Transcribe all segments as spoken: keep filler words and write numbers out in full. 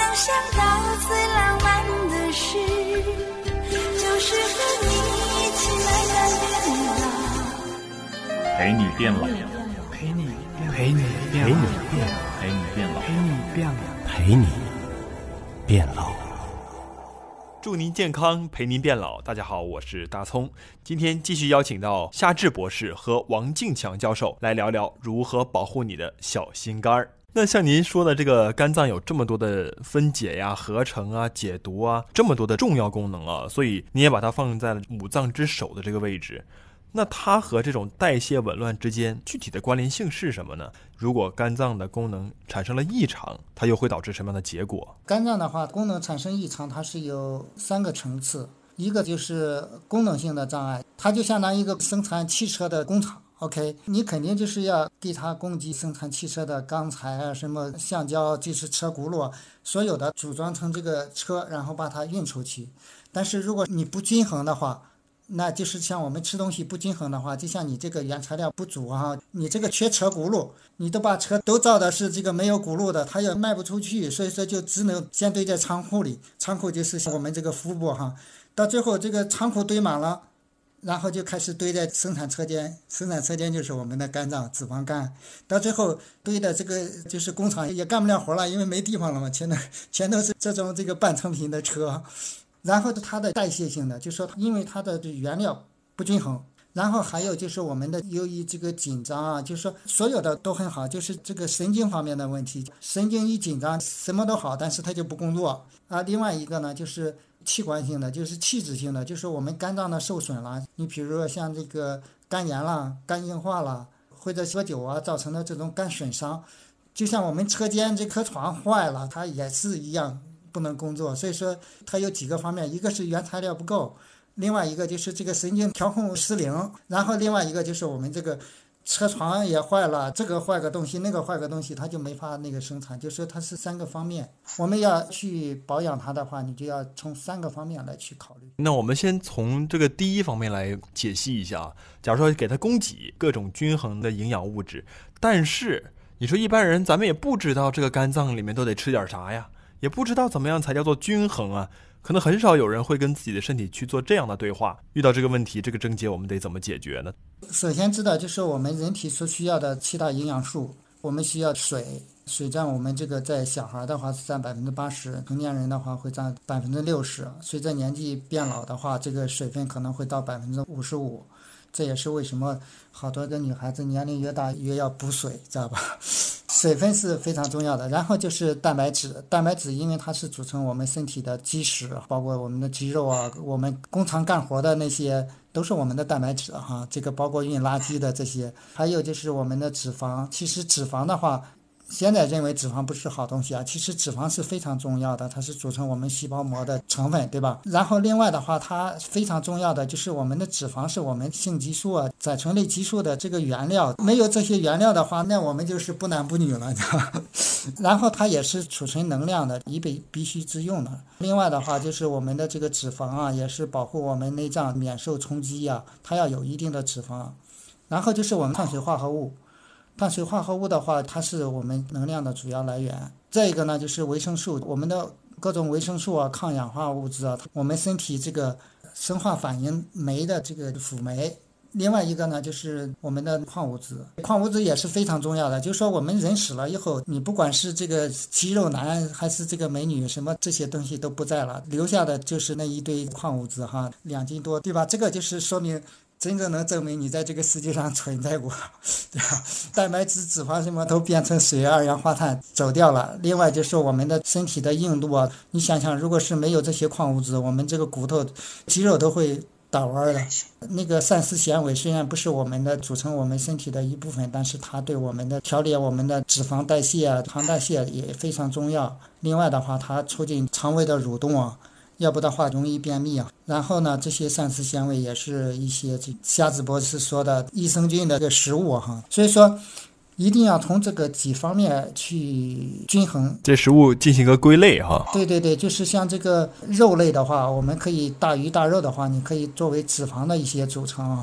想到最浪漫的事，就是和你一起慢慢变老。 陪你变老， 陪你陪你陪你变老，陪你变老， 陪你变老， 陪你变老。 祝您健康，陪您变老。大家好，我是大葱。今天继续邀请到夏至博士和王敬强教授来聊聊如何保护你的小心肝儿。那像您说的，这个肝脏有这么多的分解呀、合成啊、解毒啊，这么多的重要功能啊，所以你也把它放在了五脏之首的这个位置。那它和这种代谢紊乱之间具体的关联性是什么呢？如果肝脏的功能产生了异常，它又会导致什么样的结果？ 肝脏的话，功能产生异常，它是有三个层次。一个就是功能性的障碍，它就相当于一个生产汽车的工厂。OK， 你肯定就是要给它供给生产汽车的钢材啊，什么橡胶，就是车轱辘，所有的组装成这个车，然后把它运出去。但是如果你不均衡的话，那就是像我们吃东西不均衡的话，就像你这个原材料不足啊，你这个缺车轱辘，你都把车都造的是这个没有轱辘的，它也卖不出去，所以说就只能先堆在仓库里，仓库就是我们这个腹部哈，到最后这个仓库堆满了，然后就开始堆在生产车间，生产车间就是我们的肝脏脂肪肝，到最后堆的这个就是工厂也干不了活了，因为没地方了嘛，全都全都是这种这个半成品的车。然后它的代谢性的，就是说因为它的原料不均衡，然后还有就是我们的由于这个紧张啊，就是说所有的都很好，就是这个神经方面的问题，神经一紧张什么都好，但是它就不工作啊。另外一个呢就是器官性的，就是器质性的，就是我们肝脏的受损了，你比如说像这个肝炎啦、肝硬化啦，或者喝酒啊造成的这种肝损伤，就像我们车间这客床坏了，它也是一样不能工作。所以说它有几个方面，一个是原材料不够，另外一个就是这个神经调控失灵，然后另外一个就是我们这个车床也坏了，这个坏个东西那个坏个东西，它就没法那个生产，就是说它是三个方面，我们要去保养它的话，你就要从三个方面来去考虑。 那我们先从这个第一方面来解析一下，假如说给它供给各种均衡的营养物质，但是你说一般人咱们也不知道这个肝脏里面都得吃点啥呀，也不知道怎么样才叫做均衡啊，可能很少有人会跟自己的身体去做这样的对话。遇到这个问题，这个症结我们得怎么解决呢？ 首先知道就是我们人体所需要的七大营养素，我们需要水，水占我们这个在小孩的话是占百分之八十，成年人的话会占百分之六十，随着年纪变老的话，这个水分可能会到百分之五十五。这也是为什么好多的女孩子年龄越大越要补水，知道吧？水分是非常重要的。然后就是蛋白质，蛋白质因为它是组成我们身体的基石，包括我们的肌肉啊，我们工厂干活的那些都是我们的蛋白质哈。这个包括运垃圾的这些，还有就是我们的脂肪。其实脂肪的话，现在认为脂肪不是好东西啊，其实脂肪是非常重要的，它是组成我们细胞膜的成分，对吧？然后另外的话，它非常重要的就是我们的脂肪是我们性激素啊、甾醇类激素的这个原料，没有这些原料的话，那我们就是不男不女了，对吧？然后它也是储存能量的，以备必须之用的。另外的话，就是我们的这个脂肪啊，也是保护我们内脏免受冲击啊，它要有一定的脂肪。然后就是我们碳水化合物。碳水化合物的话，它是我们能量的主要来源。再一个呢，就是维生素，我们的各种维生素啊、抗氧化物质啊，我们身体这个生化反应酶的这个辅酶。另外一个呢，就是我们的矿物质，矿物质也是非常重要的。就是说，我们人死了以后，你不管是这个肌肉男还是这个美女，什么这些东西都不在了，留下的就是那一堆矿物质哈，两斤多，对吧？这个就是说明真正能证明你在这个世界上存在过，对吧？蛋白质、脂肪什么都变成水、二氧化碳走掉了。另外就是我们的身体的硬度啊，你想想，如果是没有这些矿物质，我们这个骨头、肌肉都会打弯的。那个膳食纤维虽然不是我们的组成我们身体的一部分，但是它对我们的调节我们的脂肪代谢啊、糖代谢也非常重要。另外的话，它促进肠胃的蠕动啊。要不的话容易便秘啊。然后呢，这些膳食纤维也是一些这夏子博士说的益生菌的这个食物哈。所以说一定要从这个几方面去均衡， 这食物进行个归类哈。 对对对，就是像这个肉类的话，我们可以大鱼大肉的话，你可以作为脂肪的一些组成哈。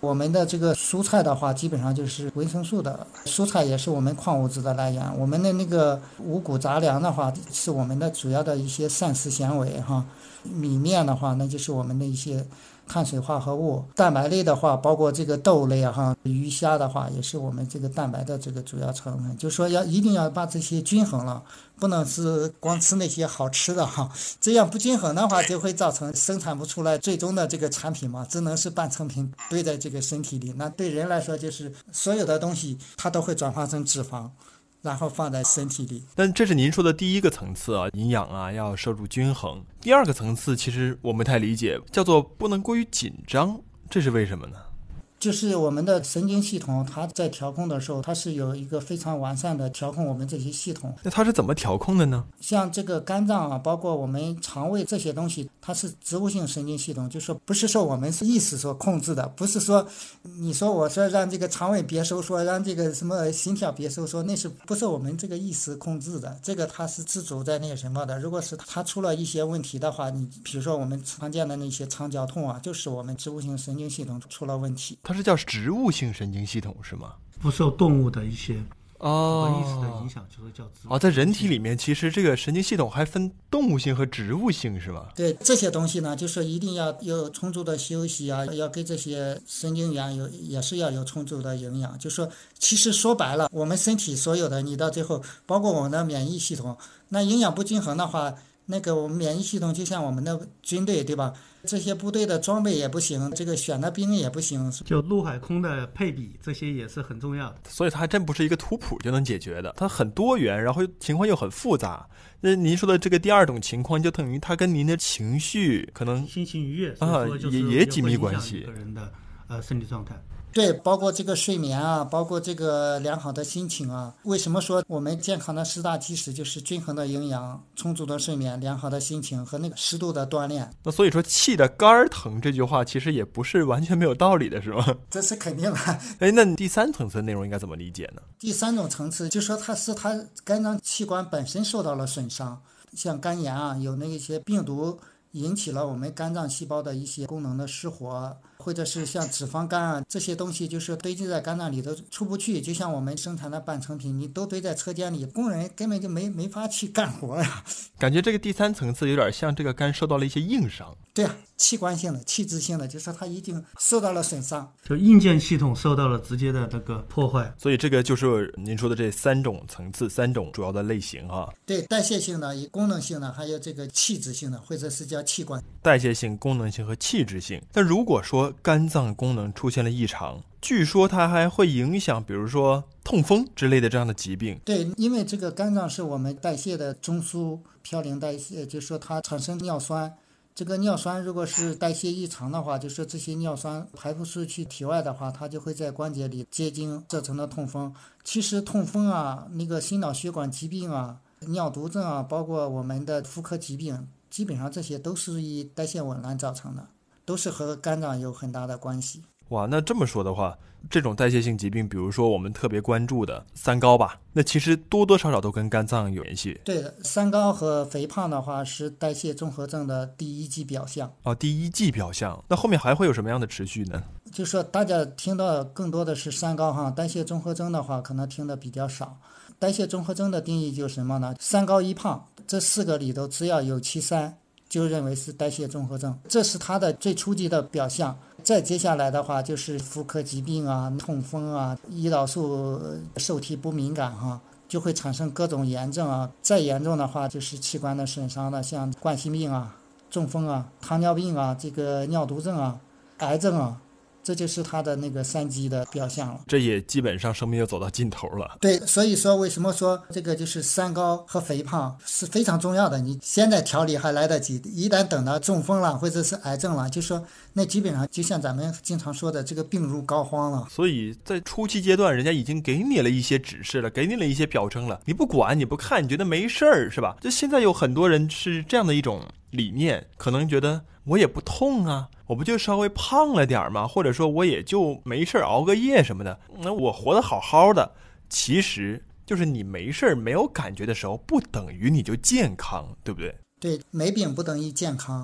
我们的这个蔬菜的话，基本上就是维生素的，蔬菜也是我们矿物质的来源。我们的那个五谷杂粮的话，是我们的主要的一些膳食纤维哈。米面的话，那就是我们的一些碳水化合物。蛋白类的话，包括这个豆类哈，鱼虾的话，也是我们这个蛋白的这个主要成分。就是说要一定要把这些均衡了，不能是光吃那些好吃的哈，这样不均衡的话，就会造成生产不出来最终的这个产品嘛，只能是半成品堆在这个身体里。那对人来说，就是所有的东西它都会转化成脂肪，然后放在身体里。 但这是您说的第一个层次啊，营养啊要摄入均衡。第二个层次其实我没太理解，叫做不能过于紧张，这是为什么呢？ 就是我们的神经系统，它在调控的时候，它是有一个非常完善的调控我们这些系统。 那它是怎么调控的呢？ 像这个肝脏啊，包括我们肠胃这些东西，它是植物性神经系统，就是说不是受我们意识所控制的，不是说你说我说让这个肠胃别收缩，让这个什么心跳别收缩，那是不受我们这个意识控制的，这个它是自主在那个什么的。如果是它出了一些问题的话，你比如说我们常见的那些肠绞痛啊，就是我们植物性神经系统出了问题。 它是叫植物性神经系统是吗？ 不受动物的一些哦意识的影响，就是叫植物。 哦，在人体里面，其实这个神经系统还分动物性和植物性是吗？ 对，这些东西呢，就是一定要有充足的休息啊，要给这些神经元有也是要有充足的营养。就是说，其实说白了，我们身体所有的，你到最后，包括我们的免疫系统，那营养不均衡的话，那个我们免疫系统就像我们的军队，对吧？这些部队的装备也不行，这个选的兵也不行， 就陆海空的配比，这些也是很重要的。 所以它还真不是一个图谱就能解决的，它很多元，然后情况又很复杂。那您说的这个第二种情况，就等于它跟您的情绪可能心情愉悦啊，也也紧密关系。 一个人的呃身体状态。 对，包括这个睡眠啊，包括这个良好的心情啊。为什么说我们健康的十大基石就是均衡的营养、充足的睡眠、良好的心情和那个适度的锻炼？ 那所以说气的肝疼这句话其实也不是完全没有道理的，是吗？ 这是肯定的。 哎，那第三层次的内容应该怎么理解呢？ 第三种层次就是说它是它肝脏器官本身受到了损伤，像肝炎啊，有那一些病毒引起了我们肝脏细胞的一些功能的失活，或者是像脂肪肝啊这些东西，就是堆积在肝脏里头出不去，就像我们生产的半成品，你都堆在车间里，工人根本就没没法去干活呀。 感觉这个第三层次有点像这个肝受到了一些硬伤。 对啊，器官性的、器质性的，就是它已经受到了损伤， 就硬件系统受到了直接的那个破坏。 所以这个就是您说的这三种层次、三种主要的类型哈。 对，代谢性的、功能性的，还有这个器质性的，或者是叫器官。 代谢性、功能性和器质性。但如果说肝脏功能出现了异常，据说它还会影响比如说痛风之类的这样的疾病。 对，因为这个肝脏是我们代谢的中枢，嘌呤代谢，就是说它产生尿酸，这个尿酸如果是代谢异常的话，就是说这些尿酸排不出去体外的话，它就会在关节里结晶，造成了痛风。其实痛风啊，那个心脑血管疾病啊，尿毒症啊，包括我们的妇科疾病，基本上这些都是以代谢紊乱造成的，都是和肝脏有很大的关系。 哇，那这么说的话，这种代谢性疾病，比如说我们特别关注的三高吧，那其实多多少少都跟肝脏有联系。 对的，三高和肥胖的话是代谢综合症的第一级表象。 哦，第一级表象，那后面还会有什么样的持续呢？ 就说大家听到更多的是三高哈，代谢综合征的话可能听的比较少。代谢综合征的定义就是什么呢？三高一胖，这四个里头只要有其三，就认为是代谢综合征，这是它的最初级的表象。再接下来的话就是妇科疾病啊、痛风啊、胰岛素受体不敏感哈，就会产生各种炎症啊。再严重的话就是器官的损伤的，像冠心病啊、中风啊、糖尿病啊、这个尿毒症啊、癌症啊，这就是它的那个三级的表象了。 这也基本上生命就走到尽头了。 对，所以说为什么说这个就是三高和肥胖是非常重要的，你现在调理还来得及，一旦等到中风了或者是癌症了，就说那基本上就像咱们经常说的这个病入膏肓了。 所以在初期阶段人家已经给你了一些指示了，给你了一些表征了，你不管你不看，你觉得没事儿是吧？就现在有很多人是这样的一种理念，可能觉得我也不痛啊，我不就稍微胖了点吗？或者说我也就没事熬个夜什么的，那我活得好好的。其实就是你没事没有感觉的时候，不等于你就健康，对不对？ 对，没病不等于健康。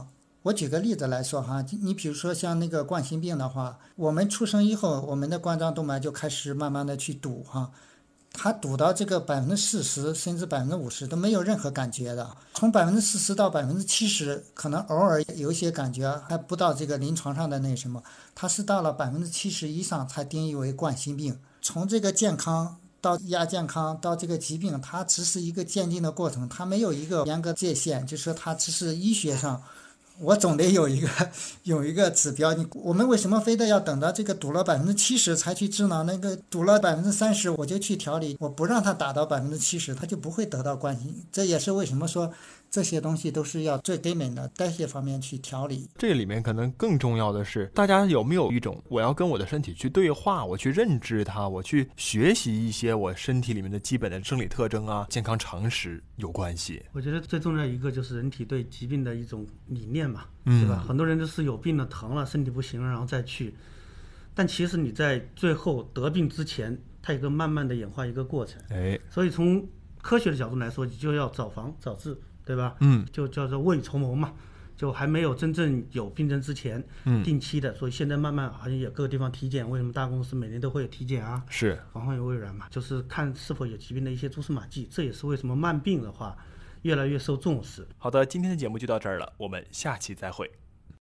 我举个例子来说哈，你比如说像那个冠心病的话，我们出生以后，我们的冠状动脉就开始慢慢的去堵哈，它堵到这个百分之四十甚至百分之五十都没有任何感觉的，从百分之四十到百分之七十，可能偶尔有一些感觉，还不到这个临床上的那什么，它是到了百分之七十以上才定义为冠心病。从这个健康到亚健康到这个疾病，它只是一个渐进的过程，它没有一个严格界限，就是说它只是医学上。我总得有一个有一个指标，你我们为什么非得要等到这个堵了百分之七十才去治呢？那个堵了百分之三十我就去调理，我不让它打到百分之七十，它就不会得到冠心。这也是为什么说这些东西都是要最根本的代谢方面去调理。 这里面可能更重要的是，大家有没有一种我要跟我的身体去对话，我去认知它，我去学习一些我身体里面的基本的生理特征啊、健康常识有关系。 我觉得最重要一个就是人体对疾病的一种理念嘛， 嗯、 对吧？很多人都是有病了、疼了、身体不行了，然后再去。但其实你在最后得病之前，它有一个慢慢的演化一个过程。 哎， 所以从科学的角度来说，你就要早防早治，对吧？ 嗯， 就叫做未雨绸缪嘛。就还没有真正有病症之前，嗯，定期的，所以现在慢慢好像也各个地方体检，为什么大公司每年都会有体检啊？ 是防患于未然嘛，就是看是否有疾病的一些蛛丝马迹，这也是为什么慢病的话越来越受重视。 好的，今天的节目就到这儿了，我们下期再会。